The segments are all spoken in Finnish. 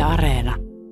Areena.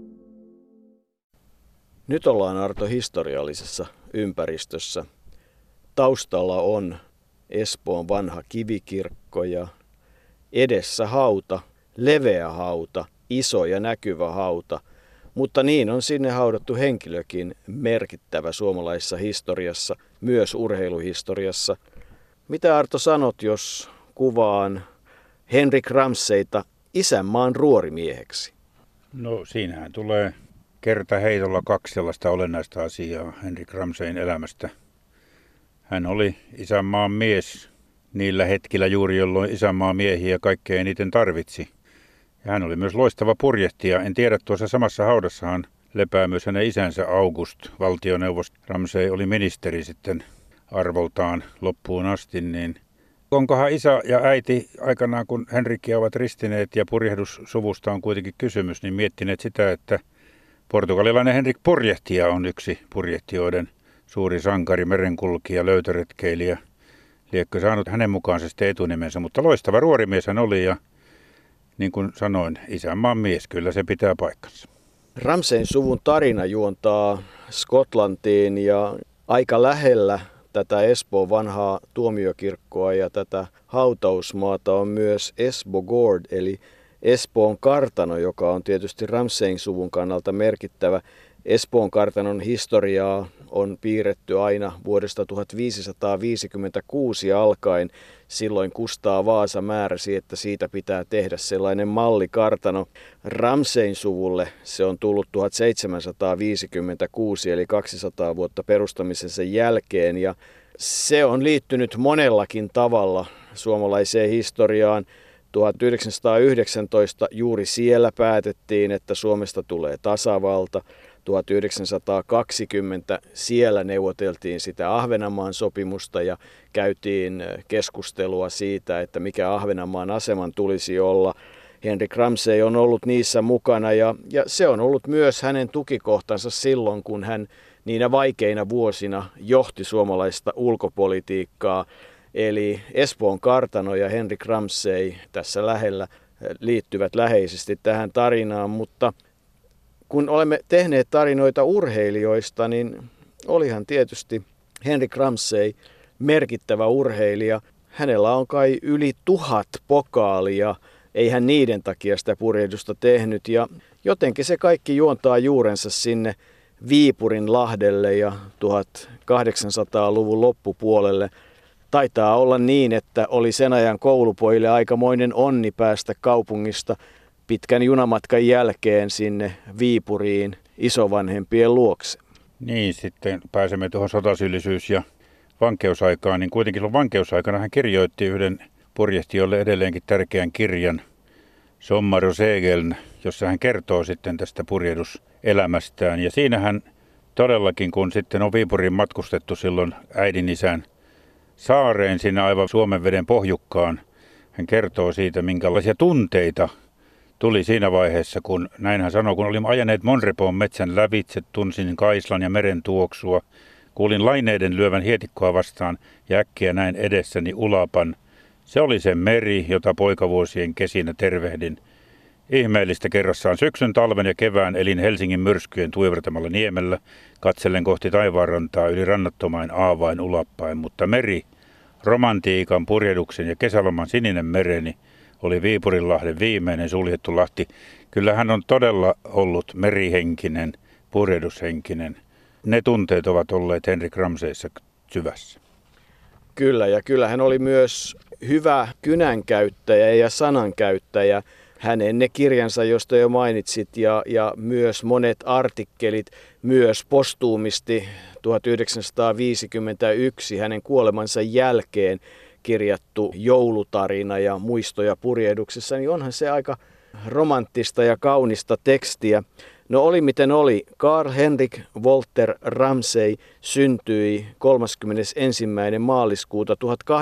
Nyt ollaan, Arto, historiallisessa ympäristössä. Taustalla on Espoon vanha kivikirkko ja edessä hauta, leveä hauta, iso ja näkyvä hauta. Mutta niin on sinne haudattu henkilökin, merkittävä suomalaisessa historiassa, myös urheiluhistoriassa. Mitä, Arto, sanot, jos kuvaan Henrik Ramsayta isänmaan ruorimieheksi? No siinähän tulee kertaheitolla kaksi sellaista olennaista asiaa Henrik Ramsayn elämästä. Hän oli isänmaan mies niillä hetkillä juuri, jolloin isänmaan miehiä kaikkein eniten tarvitsi. Ja hän oli myös loistava purjehtija. En tiedä, tuossa samassa haudassahan lepää myös hänen isänsä August, valtioneuvos. Ramsay oli ministeri sitten arvoltaan loppuun asti, niin onkohan isä ja äiti aikanaan, kun Henrikkiä ovat ristineet ja purjehdussuvusta on kuitenkin kysymys, niin miettineet sitä, että portugalilainen Henrik purjehtija on yksi purjehtijoiden suuri sankari, merenkulkija, löytöretkeilijä. Liekkö saanut hänen mukaansa sitten etunimensä, mutta loistava ruorimies hän oli ja niin kuin sanoin, isänmaan mies, kyllä se pitää paikkansa. Ramsayn suvun tarina juontaa Skotlantiin ja aika lähellä tätä Espoon vanhaa tuomiokirkkoa ja tätä hautausmaata on myös Esbogord, eli Espoon kartano, joka on tietysti Ramsayn suvun kannalta merkittävä. Espoon kartanon historiaa on piirretty aina vuodesta 1556 alkaen. Silloin Kustaa Vaasa määräsi, että siitä pitää tehdä sellainen mallikartano. Ramsayn suvulle se on tullut 1756 eli 200 vuotta perustamisensa jälkeen. Ja se on liittynyt monellakin tavalla suomalaiseen historiaan. 1919 juuri siellä päätettiin, että Suomesta tulee tasavalta. 1920 siellä neuvoteltiin sitä Ahvenanmaan sopimusta ja käytiin keskustelua siitä, että mikä Ahvenanmaan aseman tulisi olla. Henrik Ramsay on ollut niissä mukana ja se on ollut myös hänen tukikohtansa silloin, kun hän niinä vaikeina vuosina johti suomalaista ulkopolitiikkaa. Eli Espoon kartano ja Henrik Ramsay tässä lähellä liittyvät läheisesti tähän tarinaan, mutta kun olemme tehneet tarinoita urheilijoista, niin olihan tietysti Henrik Ramsay merkittävä urheilija. Hänellä on kai yli 1000 pokaalia, ei hän niiden takia sitä purjehdusta tehnyt. Ja jotenkin se kaikki juontaa juurensa sinne Viipurin lahdelle ja 1800-luvun loppupuolelle. Taitaa olla niin, että oli sen ajan koulupojille aikamoinen onni päästä kaupungista pitkän junamatkan jälkeen sinne Viipuriin isovanhempien luokse. Niin, sitten pääsemme tuohon sotasyyllisyys- ja vankeusaikaan, niin kuitenkin silloin vankeusaikana hän kirjoitti yhden purjehtijoille edelleenkin tärkeän kirjan Sommar och Segeln, jossa hän kertoo sitten tästä purjehduselämästään. Ja siinähän todellakin, kun sitten on Viipuriin matkustettu silloin äidin isän saareen sinne aivan Suomenveden pohjukkaan, hän kertoo siitä, minkälaisia tunteita tuli siinä vaiheessa, kun näin hän sanoi, kun olimme ajaneet Monrepoon metsän lävitse, tunsin kaislan ja meren tuoksua, kuulin laineiden lyövän hietikkoa vastaan ja äkkiä näin edessäni Ulapan. Se oli se meri, jota poikavuosien kesinä tervehdin. Ihmeellistä kerrassaan syksyn, talven ja kevään elin Helsingin myrskyjen tuivertamalla niemellä, katsellen kohti taivaanrantaa yli rannattomain aavain Ulappain, mutta meri, romantiikan, purjehduksen ja kesäloman sininen mereni, oli Viipurinlahden viimeinen suljettu lahti. Kyllä hän on todella ollut merihenkinen, purjehdushenkinen. Ne tunteet ovat olleet Henrik Ramsayssa syvässä. Kyllä, ja kyllä hän oli myös hyvä kynänkäyttäjä ja sanankäyttäjä. Hänen ne kirjansa, josta jo mainitsit, ja myös monet artikkelit, myös postuumisti 1951 hänen kuolemansa jälkeen kirjattu joulutarina ja muistoja purjehduksessa, niin onhan se aika romanttista ja kaunista tekstiä. No oli miten oli, Carl Henrik Walter Ramsay syntyi 31. maaliskuuta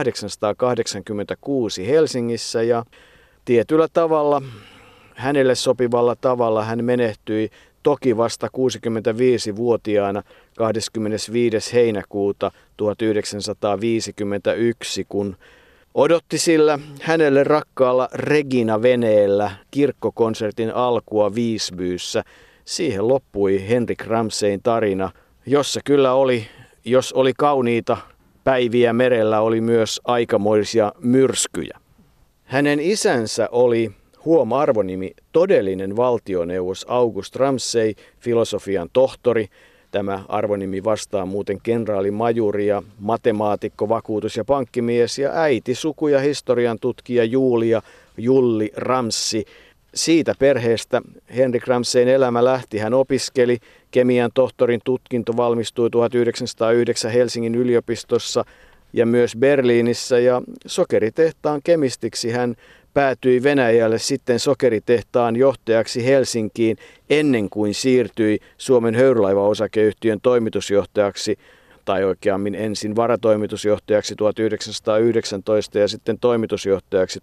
1886 Helsingissä ja tietyllä tavalla, hänelle sopivalla tavalla hän menehtyi toki vasta 65-vuotiaana 25. heinäkuuta 1951, kun odotti sillä hänelle rakkaalla Regina-veneellä kirkkokonsertin alkua Visbyssä. Siihen loppui Henrik Ramsayn tarina, jossa kyllä oli, jos oli kauniita päiviä merellä, oli myös aikamoisia myrskyjä. Hänen isänsä oli, huom. Arvonimi, todellinen valtioneuvos August Ramsay, filosofian tohtori. Tämä arvonimi vastaa muuten kenraali-majuri ja matemaatikko, vakuutus- ja pankkimies ja äiti, suku- ja historian tutkija Julia Julli Ramsi. Siitä perheestä Henrik Ramsayn elämä lähti. Hän opiskeli kemian tohtorin tutkinto, valmistui 1909 Helsingin yliopistossa ja myös Berliinissä, ja sokeritehtaan kemistiksi hän päätyi Venäjälle, sitten sokeritehtaan johtajaksi Helsinkiin ennen kuin siirtyi Suomen Höyrylaiva-osakeyhtiön toimitusjohtajaksi, tai oikeammin ensin varatoimitusjohtajaksi 1919 ja sitten toimitusjohtajaksi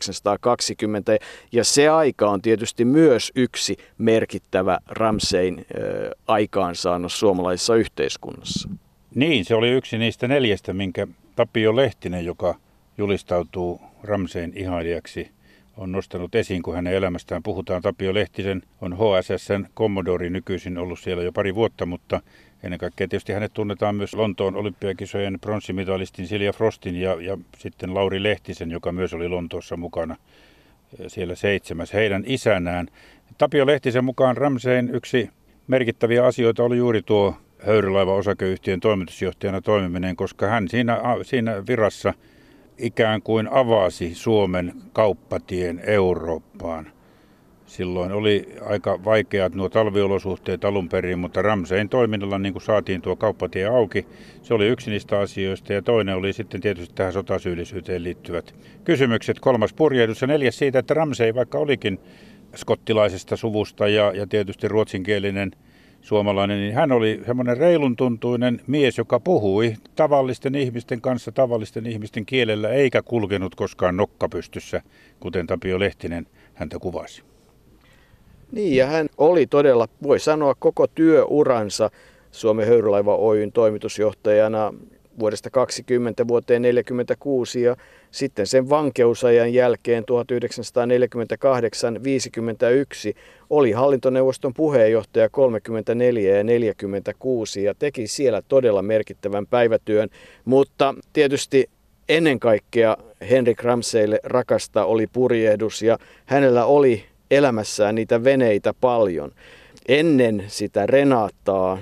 1920. Ja se aika on tietysti myös yksi merkittävä Ramsayn aikaansaannos suomalaisessa yhteiskunnassa. Niin, se oli yksi niistä 4, minkä Tapio Lehtinen, joka julistautuu Ramsayn ihailijaksi, on nostanut esiin, kun hänen elämästään puhutaan. Tapio Lehtisen on HSS:n Commodore nykyisin, ollut siellä jo pari vuotta, mutta ennen kaikkea tietysti hänet tunnetaan myös Lontoon olympiakisojen pronssimitalistin Silja Frostin ja sitten Lauri Lehtisen, joka myös oli Lontoossa mukana siellä 7. heidän isänään. Tapio Lehtisen mukaan Ramsayn yksi merkittäviä asioita oli juuri tuo Höyrylaiva-osakeyhtiön toimitusjohtajana toimiminen, koska hän siinä virassa ikään kuin avasi Suomen kauppatien Eurooppaan. Silloin oli aika vaikeat nuo talviolosuhteet alun perin, mutta Ramsayn toiminnalla niin kuin saatiin tuo kauppatie auki. Se oli yksi niistä asioista, ja toinen oli sitten tietysti tähän sotasyyllisyyteen liittyvät kysymykset. 3. purjehdus ja 4. siitä, että Ramsay, vaikka olikin skottilaisesta suvusta ja tietysti ruotsinkielinen suomalainen, niin hän oli semmoinen reilun tuntuinen mies, joka puhui tavallisten ihmisten kanssa tavallisten ihmisten kielellä, eikä kulkenut koskaan nokka pystyssä, kuten Tapio Lehtinen häntä kuvasi. Niin, ja hän oli todella, voi sanoa, koko työuransa Suomen Höyrylaiva Oyn toimitusjohtajana vuodesta 20 vuoteen 1946, ja sitten sen vankeusajan jälkeen 1948-51 oli hallintoneuvoston puheenjohtaja 34 ja 46 ja teki siellä todella merkittävän päivätyön, mutta tietysti ennen kaikkea Henrik Ramsaylle rakasta oli purjehdus, ja hänellä oli elämässään niitä veneitä paljon. Ennen sitä Renaattaa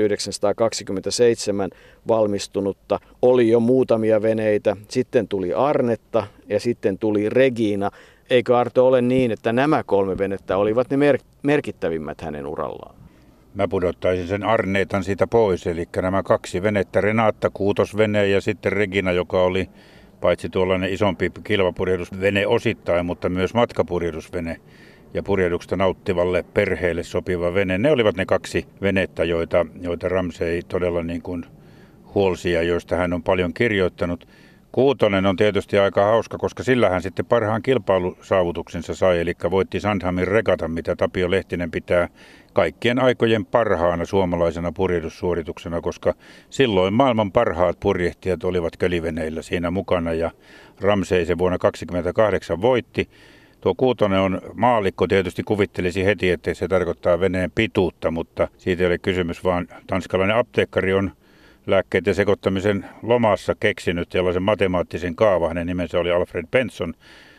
1927 valmistunutta oli jo muutamia veneitä, sitten tuli Arnetta ja sitten tuli Regina. Eikö, Arto, ole niin, että nämä 3 venettä olivat ne merkittävimmät hänen urallaan? Mä pudottaisin sen Arneetan siitä pois, eli nämä 2 venettä, Renatta kuutosvene ja sitten Regina, joka oli paitsi tuollainen isompi kilpapurjehdusvene osittain, mutta myös matkapurjehdusvene ja purjehduksesta nauttivalle perheelle sopiva vene. Ne olivat ne 2 venettä, joita Ramsay todella niin kuin huolsi ja joista hän on paljon kirjoittanut. 6 on tietysti aika hauska, koska sillä hän sitten parhaan kilpailusaavutuksensa sai, eli voitti Sandhamin regatan, mitä Tapio Lehtinen pitää kaikkien aikojen parhaana suomalaisena purjehdussuorituksena, koska silloin maailman parhaat purjehtijat olivat köliveneillä siinä mukana, ja Ramsay se vuonna 1928 voitti. Tuo 6 on maallikko, tietysti kuvittelisi heti, että se tarkoittaa veneen pituutta, mutta siitä ei ole kysymys, vaan tanskalainen apteekkari on lääkkeiden sekoittamisen lomassa keksinyt sellaisen matemaattisen kaavan. Hänen nimensä oli Alfred Benson,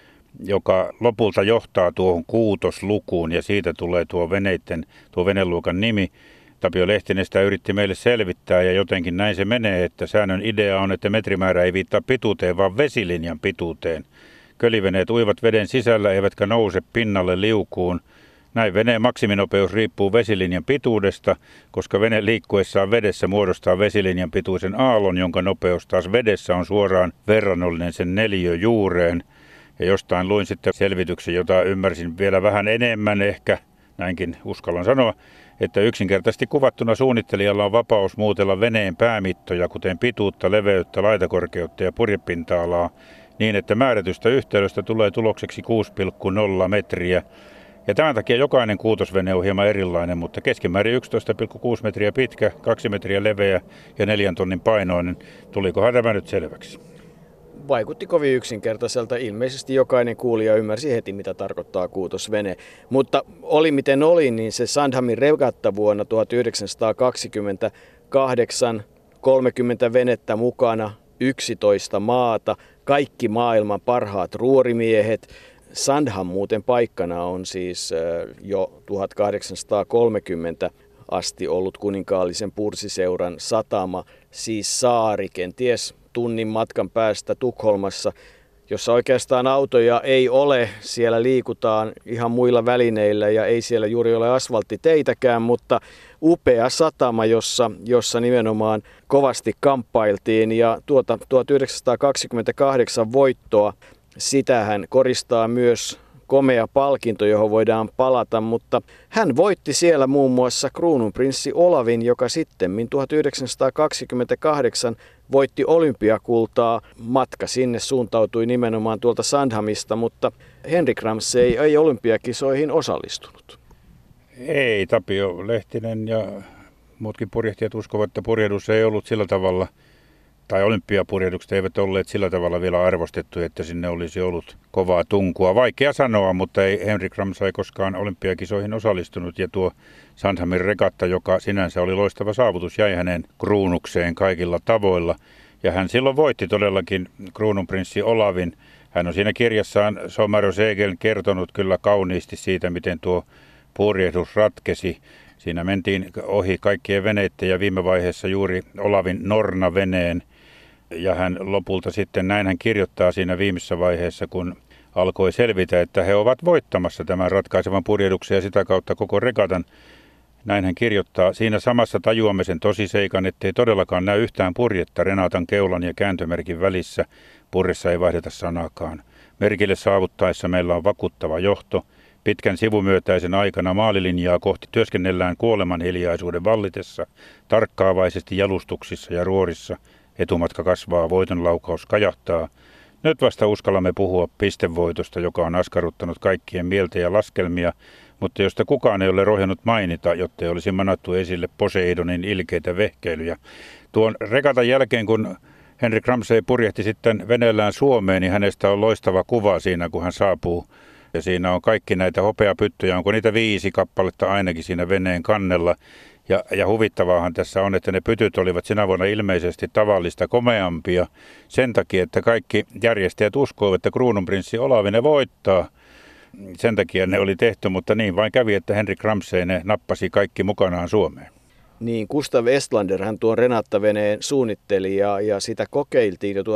joka lopulta johtaa tuohon 6. lukuun, ja siitä tulee tuo veneluokan nimi. Tapio Lehtinen sitä yritti meille selvittää, ja jotenkin näin se menee, että säännön idea on, että metrimäärä ei viittaa pituuteen, vaan vesilinjan pituuteen. Köliveneet uivat veden sisällä eivätkä nouse pinnalle liukuun. Näin veneen maksiminopeus riippuu vesilinjan pituudesta, koska vene liikkuessaan vedessä muodostaa vesilinjan pituisen aallon, jonka nopeus taas vedessä on suoraan verrannollinen sen neliöjuureen. Ja jostain luin sitten selvityksen, jota ymmärsin vielä vähän enemmän, ehkä näinkin uskallan sanoa, että yksinkertaisesti kuvattuna suunnittelijalla on vapaus muutella veneen päämittoja, kuten pituutta, leveyttä, laitakorkeutta ja purjepinta-alaa, niin että määrätystä yhteydestä tulee tulokseksi 6,0 metriä. Ja tämän takia jokainen kuutosvene on hieman erilainen, mutta keskimäärin 11,6 metriä pitkä, 2 metriä leveä ja 4 tonnin painoinen. Tulikohan tämä nyt selväksi? vaikutti kovin yksinkertaiselta. Ilmeisesti jokainen kuulija ymmärsi heti, mitä tarkoittaa kuutosvene. Mutta oli miten oli, niin se Sandhamin regatta vuonna 1928, 30 venettä mukana, 11 maata, kaikki maailman parhaat ruorimiehet. Sandham muuten paikkana on siis jo 1830 asti ollut kuninkaallisen pursiseuran satama, siis saari, kenties tunnin matkan päästä Tukholmassa, jossa oikeastaan autoja ei ole. Siellä liikutaan ihan muilla välineillä ja ei siellä juuri ole asfalttiteitäkään, mutta upea satama, jossa nimenomaan kovasti kamppailtiin, ja 1928 voittoa, sitähän koristaa myös komea palkinto, johon voidaan palata, mutta hän voitti siellä muun muassa kruununprinssi Olavin, joka sitten 1928 voitti olympiakultaa. Matka sinne suuntautui nimenomaan tuolta Sandhamista, mutta Henrik Ramsay ei olympiakisoihin osallistunut. Ei, Tapio Lehtinen ja muutkin purjehtijat uskovat, että purjehdus ei ollut sillä tavalla, tai olympiapurjehdukset eivät olleet sillä tavalla vielä arvostettu, että sinne olisi ollut kovaa tunkua. Vaikea sanoa, mutta ei Henrik Ramsay koskaan olympiakisoihin osallistunut, ja tuo Sandhamin regatta, joka sinänsä oli loistava saavutus, jäi hänen kruunukseen kaikilla tavoilla. Ja hän silloin voitti todellakin kruununprinssi Olavin. Hän on siinä kirjassaan Somaro Segel kertonut kyllä kauniisti siitä, miten tuo purjehdus ratkesi. Siinä mentiin ohi kaikkien veneiden ja viime vaiheessa juuri Olavin Norna-veneen. Ja hän lopulta sitten, näin hän kirjoittaa siinä viimeisessä vaiheessa, kun alkoi selvitä, että he ovat voittamassa tämän ratkaisevan purjehduksen ja sitä kautta koko regatan. Näin hän kirjoittaa, siinä samassa tajuamme sen tosiseikan, ettei todellakaan näy yhtään purjetta Renatan keulan ja kääntömerkin välissä. Purjessa ei vaihdeta sanaakaan. Merkille saavuttaessa meillä on vakuuttava johto. Pitkän sivumyötäisen aikana maalilinjaa kohti työskennellään kuoleman hiljaisuuden vallitessa, tarkkaavaisesti jalustuksissa ja ruorissa. Etumatka kasvaa, voitonlaukaus kajahtaa. Nyt vasta uskallamme puhua pistevoitosta, joka on askarruttanut kaikkien mieltä ja laskelmia, mutta josta kukaan ei ole rohjennut mainita, jotta ei olisi manattu esille Poseidonin ilkeitä vehkeilyjä. Tuon regatan jälkeen, kun Henrik Ramsay purjehti sitten veneellään Suomeen, niin hänestä on loistava kuva siinä, kun hän saapuu. Ja siinä on kaikki näitä hopeapyttyjä, onko niitä 5 kappaletta ainakin siinä veneen kannella. Ja huvittavaahan tässä on, että ne pytyt olivat sinä vuonna ilmeisesti tavallista komeampia sen takia, että kaikki järjestäjät uskoivat, että kruununprinssi Olavi ne voittaa. Sen takia ne oli tehty, mutta niin vain kävi, että Henrik Ramsay ne nappasi kaikki mukanaan Suomeen. Niin, Gustav Estlander hän tuon Renatta-veneen suunnitteli ja sitä kokeiltiin jo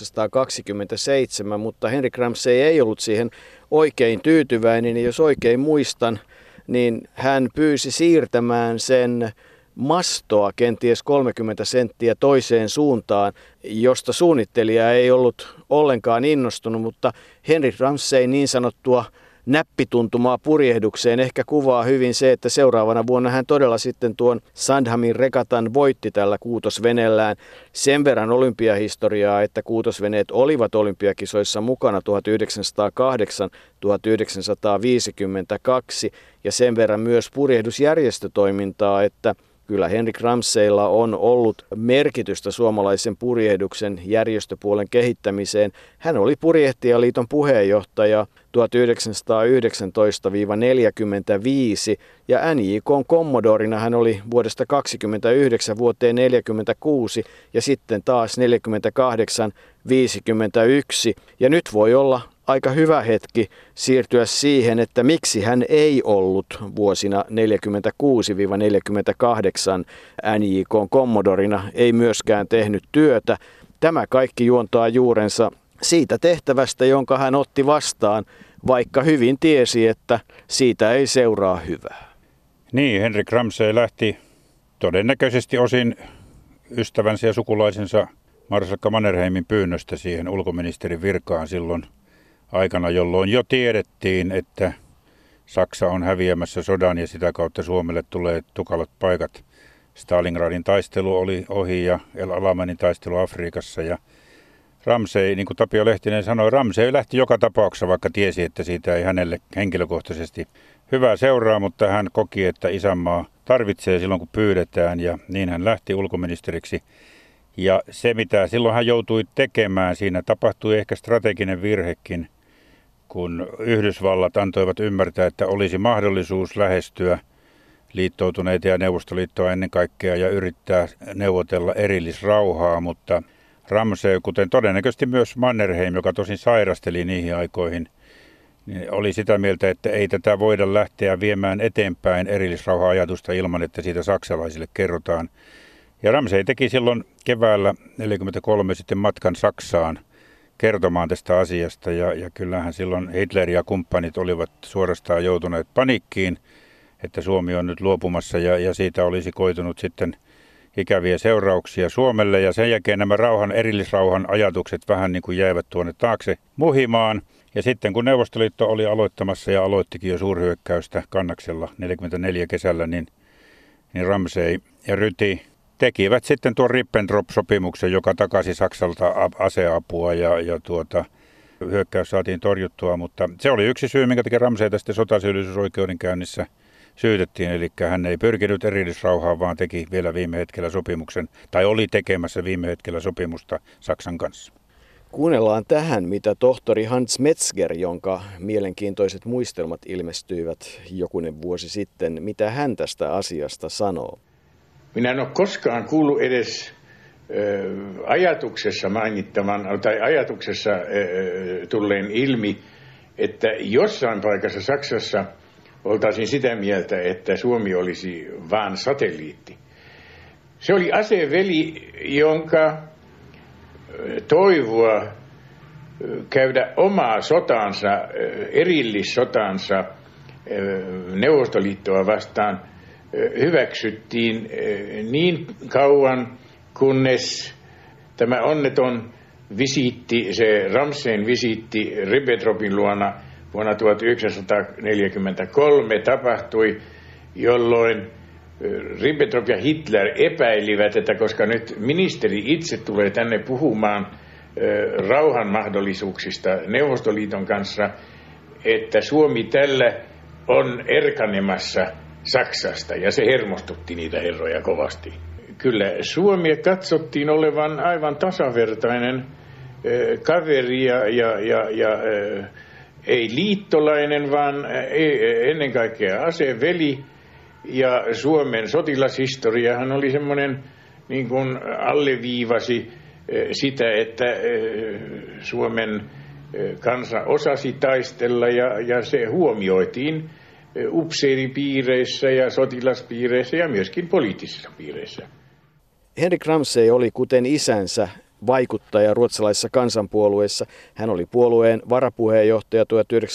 1927, mutta Henrik Ramsay ei ollut siihen oikein tyytyväinen, ja jos oikein muistan, niin hän pyysi siirtämään sen mastoa kenties 30 senttiä toiseen suuntaan, josta suunnittelija ei ollut ollenkaan innostunut, mutta Henrik Ramsay niin sanottua näppituntumaa purjehdukseen ehkä kuvaa hyvin se, että seuraavana vuonna hän todella sitten tuon Sandhamin regatan voitti tällä kuutosveneellään. Sen verran olympiahistoriaa, että kuutosveneet olivat olympiakisoissa mukana 1908, 1952 ja sen verran myös purjehdusjärjestötoimintaa, että kyllä Henrik Ramsaylla on ollut merkitystä suomalaisen purjehduksen järjestöpuolen kehittämiseen. Hän oli Purjehtijaliiton puheenjohtaja 1919-45 ja NJK:n kommodorina hän oli vuodesta 1929 vuoteen 1946 ja sitten taas 1948-1951. Ja nyt voi olla aika hyvä hetki siirtyä siihen, että miksi hän ei ollut vuosina 1946-1948 NJK:n kommodorina, ei myöskään tehnyt työtä. Tämä kaikki juontaa juurensa siitä tehtävästä, jonka hän otti vastaan, vaikka hyvin tiesi, että siitä ei seuraa hyvää. Niin, Henrik Ramsay lähti todennäköisesti osin ystävänsä ja sukulaisensa Marsalkka Mannerheimin pyynnöstä siihen ulkoministerin virkaan silloin aikana, jolloin jo tiedettiin, että Saksa on häviämässä sodan ja sitä kautta Suomelle tulee tukalat paikat. Stalingradin taistelu oli ohi ja El Alamanin taistelu Afrikassa ja Ramsay, niin kuin Tapio Lehtinen sanoi, Ramsay lähti joka tapauksessa, vaikka tiesi, että siitä ei hänelle henkilökohtaisesti hyvää seuraa, mutta hän koki, että isänmaa tarvitsee silloin, kun pyydetään, ja niin hän lähti ulkoministeriksi. Ja se, mitä silloin hän joutui tekemään, siinä tapahtui ehkä strateginen virhekin, kun Yhdysvallat antoivat ymmärtää, että olisi mahdollisuus lähestyä liittoutuneita ja Neuvostoliittoa ennen kaikkea ja yrittää neuvotella erillisrauhaa, mutta Ramsay, kuten todennäköisesti myös Mannerheim, joka tosin sairasteli niihin aikoihin, niin oli sitä mieltä, että ei tätä voida lähteä viemään eteenpäin erillisrauha-ajatusta ilman, että siitä saksalaisille kerrotaan. Ja Ramsay teki silloin keväällä 1943 sitten matkan Saksaan kertomaan tästä asiasta ja kyllähän silloin Hitler ja kumppanit olivat suorastaan joutuneet paniikkiin, että Suomi on nyt luopumassa ja siitä olisi koitunut sitten ikäviä seurauksia Suomelle. Ja sen jälkeen nämä erillisrauhan ajatukset vähän niin kuin jäivät tuonne taakse muhimaan. Ja sitten kun Neuvostoliitto oli aloittamassa ja aloittikin jo suurhyökkäystä Kannaksella 1944 kesällä, niin Ramsay ja Ryti tekivät sitten tuon Ribbentrop-sopimuksen, joka takasi Saksalta aseapua ja hyökkäys saatiin torjuttua. Mutta se oli yksi syy, minkä takia Ramsay tästä sotasyyllisyysoikeudenkäynnissä syytettiin. Eli hän ei pyrkinyt erillisrauhaan, vaan teki vielä viime hetkellä sopimuksen, tai oli tekemässä viime hetkellä sopimusta Saksan kanssa. Kuunnellaan tähän, mitä tohtori Hans Metzger, jonka mielenkiintoiset muistelmat ilmestyivät jokunen vuosi sitten, mitä hän tästä asiasta sanoo. Minä en ole koskaan kuullut edes ajatuksessa mainittavan tai ajatuksessa tulleen ilmi, että jossain paikassa Saksassa oltaisiin sitä mieltä, että Suomi olisi vain satelliitti. Se oli aseveli, jonka toivoa käydä omaa sotaansa, erillissotaansa Neuvostoliittoa vastaan hyväksyttiin niin kauan, kunnes tämä onneton visiitti, se Ramsayn visiitti Ribbentropin luona vuonna 1943 tapahtui, jolloin Ribbentrop ja Hitler epäilivät, että koska nyt ministeri itse tulee tänne puhumaan rauhan mahdollisuuksista Neuvostoliiton kanssa, että Suomi tällä on erkanemassa Saksasta, ja se hermostutti niitä herroja kovasti. Kyllä Suomi katsottiin olevan aivan tasavertainen kaveri ja ei liittolainen, vaan ennen kaikkea aseveli. Ja Suomen sotilashistoriahan oli semmoinen, niin kuin alleviivasi sitä, että Suomen kansa osasi taistella ja se huomioitiin upseeripiireissä ja sotilaspiireissä ja myöskin poliittisissa piireissä. Henrik Ramsay oli kuten isänsä vaikuttaja ruotsalaisessa kansanpuolueessa. Hän oli puolueen varapuheenjohtaja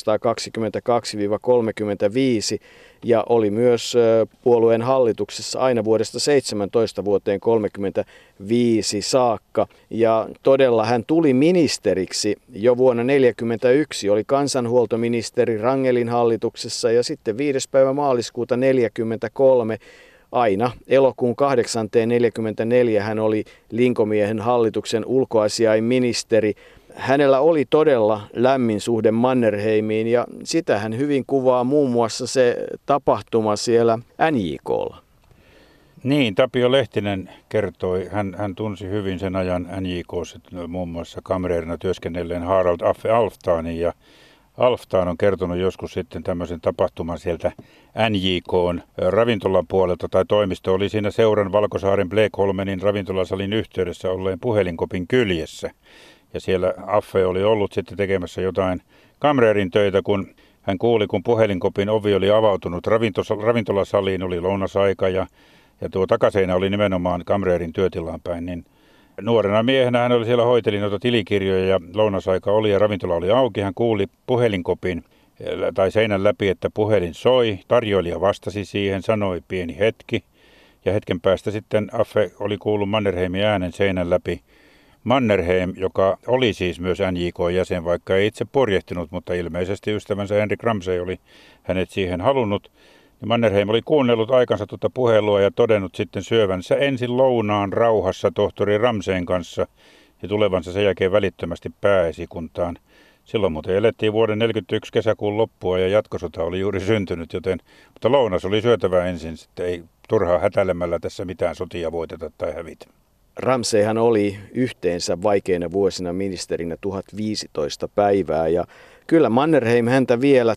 1922-35 ja oli myös puolueen hallituksessa aina vuodesta 17 vuoteen 1935 saakka. Ja todella hän tuli ministeriksi jo vuonna 1941, oli kansanhuoltoministeri Wrangelin hallituksessa ja sitten 5. päivä maaliskuuta 1943 aina elokuun 8.44 hän oli Linkomiehen hallituksen ulkoasiainministeri. Hänellä oli todella lämmin suhde Mannerheimiin ja sitä hän hyvin kuvaa muun muassa se tapahtuma siellä NJK:lla. Niin, Tapio Lehtinen kertoi, hän tunsi hyvin sen ajan NJK:ssa muun muassa kamreerina työskennelleen Harald Affe Alftanin ja Alftan on kertonut joskus sitten tämmöisen tapahtuman sieltä NJK:n ravintolan puolelta tai toimisto oli siinä seuran Valkosaaren Blakeholmenin ravintolasalin yhteydessä olleen puhelinkopin kyljessä. Ja siellä Affe oli ollut sitten tekemässä jotain kamreerin töitä, kun hän kuuli, kun puhelinkopin ovi oli avautunut ravintolasaliin, oli lounasaika ja tuo takaseinä oli nimenomaan kamreerin työtilaan päin, niin nuorena miehenä hän oli siellä, hoiteli noita tilikirjoja ja lounasaika oli ja ravintola oli auki. Hän kuuli puhelinkopin tai seinän läpi, että puhelin soi. Tarjoilija vastasi siihen, sanoi pieni hetki. Ja hetken päästä sitten Affe oli kuullut Mannerheimin äänen seinän läpi. Mannerheim, joka oli siis myös NJK-jäsen, vaikka ei itse purjehtinut, mutta ilmeisesti ystävänsä Henrik Ramsay oli hänet siihen halunnut. Ja Mannerheim oli kuunnellut aikansa tuota puhelua ja todennut sitten syövänsä ensin lounaan rauhassa tohtori Ramsayn kanssa ja tulevansa sen jälkeen välittömästi pääesikuntaan. Silloin muuten elettiin vuoden 1941 kesäkuun loppua ja jatkosota oli juuri syntynyt, mutta lounas oli syötävä ensin, sitten ei turhaa hätäilemällä tässä mitään sotia voiteta tai hävitä. Ramsayhan oli yhteensä vaikeina vuosina ministerinä 1015 päivää ja kyllä Mannerheim häntä vielä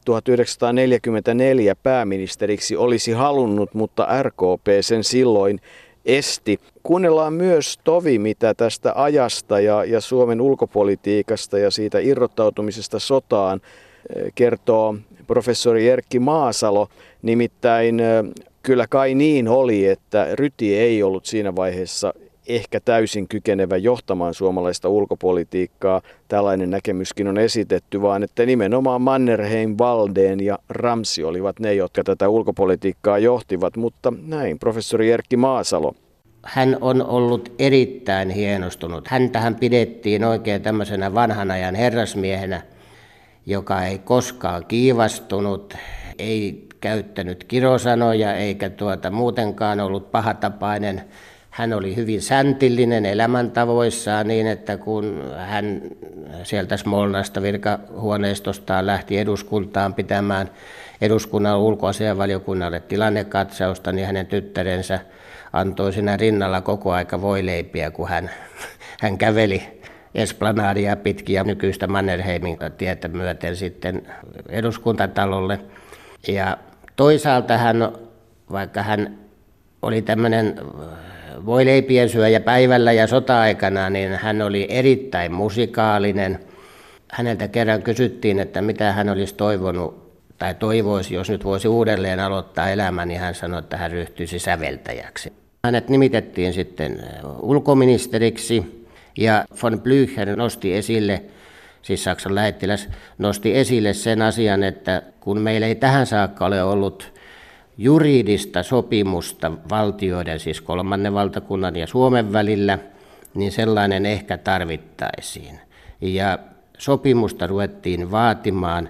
1944 pääministeriksi olisi halunnut, mutta RKP sen silloin esti. Kuunnellaan myös tovi, mitä tästä ajasta ja Suomen ulkopolitiikasta ja siitä irrottautumisesta sotaan kertoo professori Erkki Maasalo. Nimittäin kyllä kai niin oli, että Ryti ei ollut siinä vaiheessa ehkä täysin kykenevä johtamaan suomalaista ulkopolitiikkaa. Tällainen näkemyskin on esitetty, vaan että nimenomaan Mannerheim, Walldén ja Ramsay olivat ne, jotka tätä ulkopolitiikkaa johtivat, mutta näin professori Erkki Maasalo. Hän on ollut erittäin hienostunut. Häntähän pidettiin oikein tämmöisenä vanhan ajan herrasmiehenä, joka ei koskaan kiivastunut, ei käyttänyt kirosanoja eikä muutenkaan ollut pahatapainen. Hän oli hyvin säntillinen elämäntavoissaan niin, että kun hän sieltä Smolnasta virkahuoneistostaan lähti eduskuntaan pitämään eduskunnan ulkoasiainvaliokunnalle tilannekatsausta, niin hänen tyttärensä antoi siinä rinnalla koko aika voileipiä, kun hän käveli Esplanadia pitkin ja nykyistä Mannerheimin tietä myöten sitten eduskuntatalolle. Ja toisaalta vaikka hän oli tämmöinen voileipien syöjä päivällä ja sota-aikana, niin hän oli erittäin musikaalinen. Häneltä kerran kysyttiin, että mitä hän olisi toivonut tai toivoisi, jos nyt voisi uudelleen aloittaa elämän, niin hän sanoi, että hän ryhtyisi säveltäjäksi. Hänet nimitettiin sitten ulkoministeriksi ja von Blücher nosti esille, siis Saksan lähettiläs nosti esille sen asian, että kun meillä ei tähän saakka ole ollut juridista sopimusta valtioiden, siis kolmannen valtakunnan ja Suomen välillä, niin sellainen ehkä tarvittaisiin. Ja sopimusta ruvettiin vaatimaan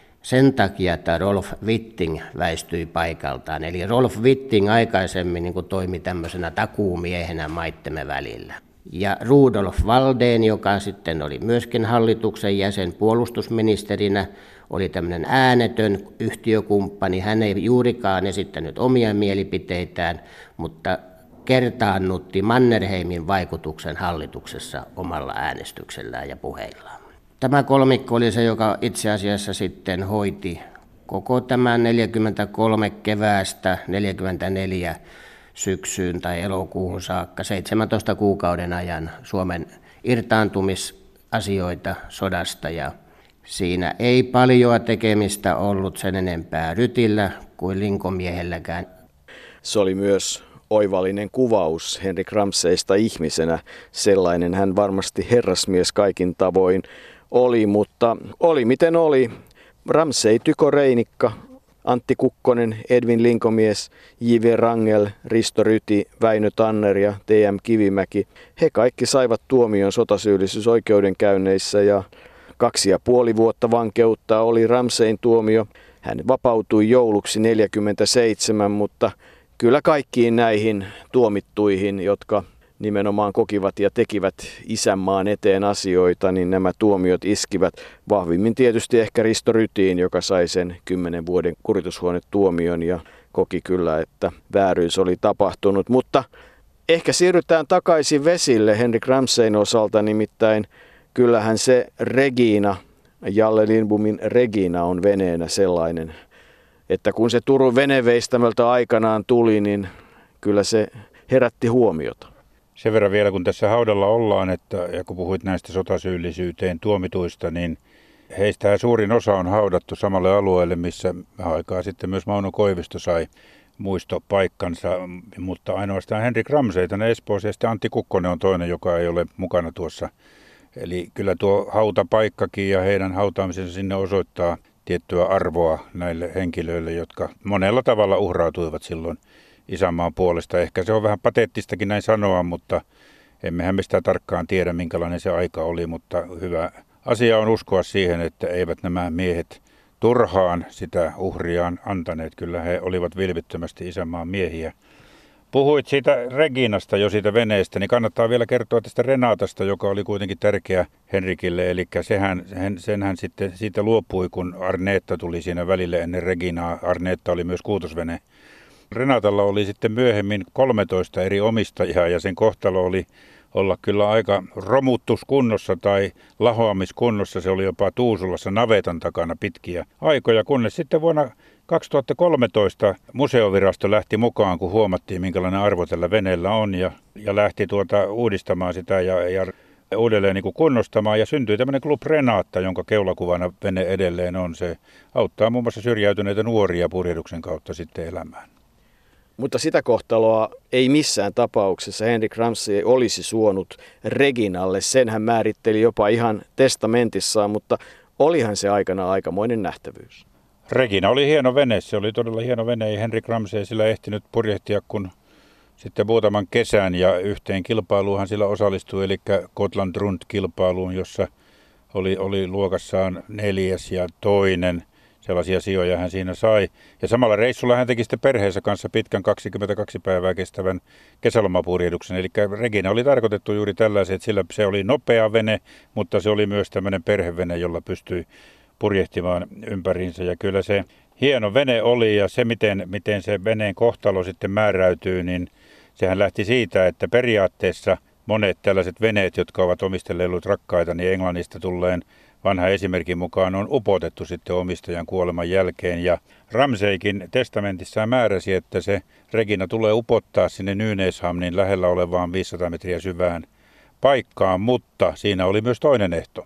sen takia, että Rolf Witting väistyi paikaltaan. Eli Rolf Witting aikaisemmin niin kuin toimi tämmöisenä takuumiehenä maittemme välillä. Ja Rudolf Walldén, joka sitten oli myöskin hallituksen jäsen puolustusministerinä, oli tämmöinen äänetön yhtiökumppani. Hän ei juurikaan esittänyt omia mielipiteitään, mutta kertaannutti Mannerheimin vaikutuksen hallituksessa omalla äänestyksellään ja puheillaan. Tämä kolmikko oli se, joka itse asiassa sitten hoiti koko tämän 43 keväästä 44 syksyyn tai elokuuhun saakka 17 kuukauden ajan Suomen irtaantumisasioita sodasta ja siinä ei paljoa tekemistä ollut sen enempää Rytillä kuin linkomiehelläkään. Se oli myös oivallinen kuvaus Henrik Ramsaysta ihmisenä. Sellainen hän varmasti herrasmies kaikin tavoin oli, mutta oli miten oli. Ramsay, Tyko Reinikka, Antti Kukkonen, Edvin Linkomies, J.V. Rangel, Risto Ryti, Väinö Tanner ja T.M. Kivimäki. He kaikki saivat tuomion sotasyyllisyysoikeudenkäynneissä ja 2,5 vuotta vankeutta oli Ramsayn tuomio. Hän vapautui jouluksi 1947, mutta kyllä kaikkiin näihin tuomittuihin, jotka nimenomaan kokivat ja tekivät isänmaan eteen asioita, niin nämä tuomiot iskivät vahvimmin tietysti ehkä Risto Rytiin, joka sai sen 10 vuoden kuritushuonetuomion ja koki kyllä, että vääryys oli tapahtunut. Mutta ehkä siirrytään takaisin vesille Henrik Ramsayn osalta, nimittäin kyllähän se Regina, Jalle Lindbomin Regina on veneenä sellainen, että kun se Turun veneveistämöltä aikanaan tuli, niin kyllä se herätti huomiota. Sen verran vielä, kun tässä haudalla ollaan, ja kun puhuit näistä sotasyyllisyyteen tuomituista, niin heistähän suurin osa on haudattu samalle alueelle, missä aikaa sitten myös Mauno Koivisto sai muistopaikkansa, mutta ainoastaan Henrik Ramsay tänne Espooseen ja sitten Antti Kukkonen on toinen, joka ei ole mukana tuossa. Eli kyllä tuo hautapaikkakin ja heidän hautaamisensa sinne osoittaa tiettyä arvoa näille henkilöille, jotka monella tavalla uhrautuivat silloin isänmaan puolesta. Ehkä se on vähän pateettistakin näin sanoa, mutta emmehän me sitä tarkkaan tiedä, minkälainen se aika oli, mutta hyvä asia on uskoa siihen, että eivät nämä miehet turhaan sitä uhriaan antaneet. Kyllä he olivat vilpittömästi isänmaan miehiä. Puhuit siitä Reginasta jo siitä veneestä, niin kannattaa vielä kertoa tästä Renatasta, joka oli kuitenkin tärkeä Henrikille. Eli senhän sitten siitä luopui, kun Arnetta tuli siinä välille ennen Reginaa. Arnetta oli myös kuutosvene. Renatalla oli sitten myöhemmin 13 eri omistajaa ja sen kohtalo oli olla kyllä aika romuttuskunnossa tai lahoamiskunnossa. Se oli jopa Tuusulassa navetan takana pitkiä aikoja, kunnes sitten vuonna 2013 museovirasto lähti mukaan, kun huomattiin, minkälainen arvo tällä veneellä on ja lähti uudistamaan sitä ja uudelleen niin kuin kunnostamaan ja syntyi tämmöinen Club Renata, jonka keulakuvana vene edelleen on. Se auttaa muun muassa syrjäytyneitä nuoria purjehduksen kautta sitten elämään. Mutta sitä kohtaloa ei missään tapauksessa Henrik Ramsay olisi suonut Reginalle. Sen hän määritteli jopa ihan testamentissaan, mutta olihan se aikana aikamoinen nähtävyys. Regina oli hieno vene, se oli todella hieno vene. Ei Henrik Ramsay sillä ehtinyt purjehtia kun sitten muutaman kesän ja yhteen kilpailuunhan sillä osallistui, eli Gotland Rund-kilpailuun, jossa oli luokassaan 4. ja 2. Sellaisia sijoja hän siinä sai. Ja samalla reissulla hän teki sitten perheensä kanssa pitkän 22 päivää kestävän kesälomapurjehduksen. Eli Regina oli tarkoitettu juuri tällaiset, että sillä se oli nopea vene, mutta se oli myös tämmöinen perhevene, jolla pystyi purjehtimaan ympäriinsä. Ja kyllä se hieno vene oli ja se, miten se veneen kohtalo sitten määräytyy, niin sehän lähti siitä, että periaatteessa monet tällaiset veneet, jotka ovat omistajille ollut rakkaita, niin Englannista tulleen vanha esimerkin mukaan on upotettu sitten omistajan kuoleman jälkeen. Ja Ramsaykin testamentissaan määräsi, että se Regina tulee upottaa sinne Nynäshamnin lähellä olevaan 500 metriä syvään paikkaan, mutta siinä oli myös toinen ehto.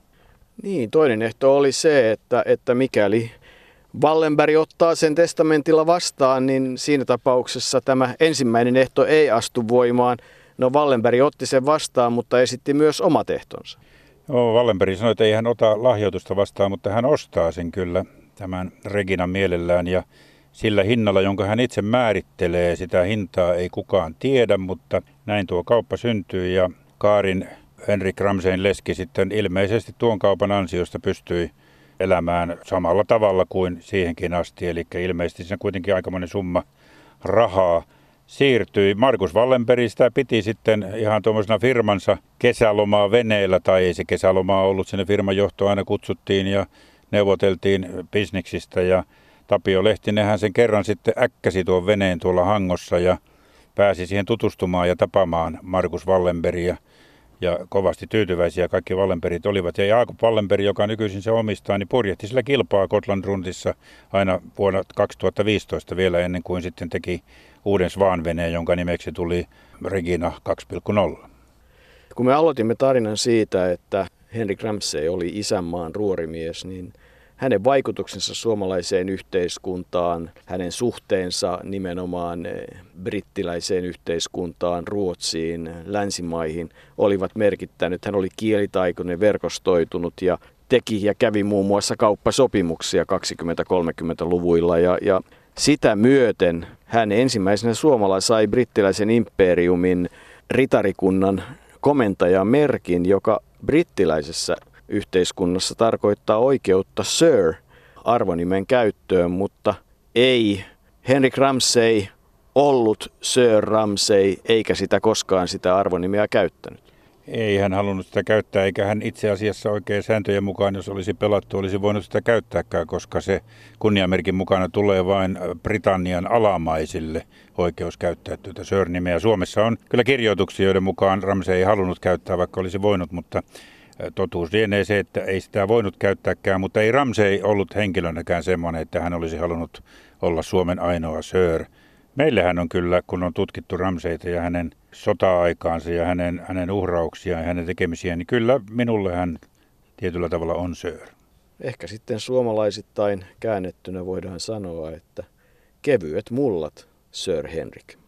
Niin, toinen ehto oli se, että mikäli Wallenberg ottaa sen testamentilla vastaan, niin siinä tapauksessa tämä ensimmäinen ehto ei astu voimaan. No Wallenberg otti sen vastaan, mutta esitti myös omat ehtonsa. Joo, Wallenberg sanoi, että ei hän ota lahjoitusta vastaan, mutta hän ostaa sen kyllä tämän Reginan mielellään ja sillä hinnalla, jonka hän itse määrittelee. Sitä hintaa ei kukaan tiedä, mutta näin tuo kauppa syntyy ja Kaarin Henrik Ramsayn leski sitten ilmeisesti tuon kaupan ansiosta pystyi elämään samalla tavalla kuin siihenkin asti. Eli ilmeisesti siinä kuitenkin aikamoinen summa rahaa siirtyi. Markus Wallenberg sitä piti sitten ihan tuommoisena firmansa kesälomaa veneellä, tai ei se kesälomaa ollut, sinne firman johtoon aina kutsuttiin ja neuvoteltiin bisniksistä. Ja Tapio Lehtinenhän sen kerran sitten äkkäsi tuon veneen tuolla Hangossa ja pääsi siihen tutustumaan ja tapaamaan Markus Wallenbergia. Ja kovasti tyytyväisiä kaikki Wallenbergit olivat. Ja Jakob Wallenberg, joka nykyisin se omistaa, niin purjehti sillä kilpaa Gotland Rundissa aina vuonna 2015 vielä ennen kuin sitten teki uuden Svan-veneen, jonka nimeksi tuli Regina 2.0. Kun me aloitimme tarinan siitä, että Henrik Ramsay oli isänmaan ruorimies, niin hänen vaikutuksensa suomalaiseen yhteiskuntaan, hänen suhteensa nimenomaan brittiläiseen yhteiskuntaan, Ruotsiin, länsimaihin olivat merkittänyt. Hän oli kielitaitoinen, verkostoitunut ja teki ja kävi muun muassa kauppasopimuksia 20-30-luvuilla ja sitä myöten hän ensimmäisenä suomalaisena sai brittiläisen imperiumin ritarikunnan komentajan merkin, joka brittiläisessä yhteiskunnassa tarkoittaa oikeutta Sir arvonimen käyttöön, mutta ei Henrik Ramsay ollut Sir Ramsay eikä sitä koskaan sitä arvonimeä käyttänyt. Ei hän halunnut sitä käyttää, eikä hän itse asiassa oikein sääntöjen mukaan, jos olisi pelattu, olisi voinut sitä käyttääkään, koska se kunniamerkin mukana tulee vain Britannian alamaisille oikeus käyttää tuota Sir-nimeä. Suomessa on kyllä kirjoituksia, joiden mukaan Ramsay ei halunnut käyttää, vaikka olisi voinut, mutta totuus lienee se, että ei sitä voinut käyttääkään, mutta ei Ramsay ollut henkilönäkään semmoinen, että hän olisi halunnut olla Suomen ainoa Sir. Meillähän on kyllä, kun on tutkittu Ramsayta ja hänen sota-aikaansa ja hänen uhrauksiaan ja hänen tekemisiään, niin kyllä minulle hän tietyllä tavalla on Sir. Ehkä sitten suomalaisittain käännettynä voidaan sanoa, että kevyet mullat, Sir Henrik.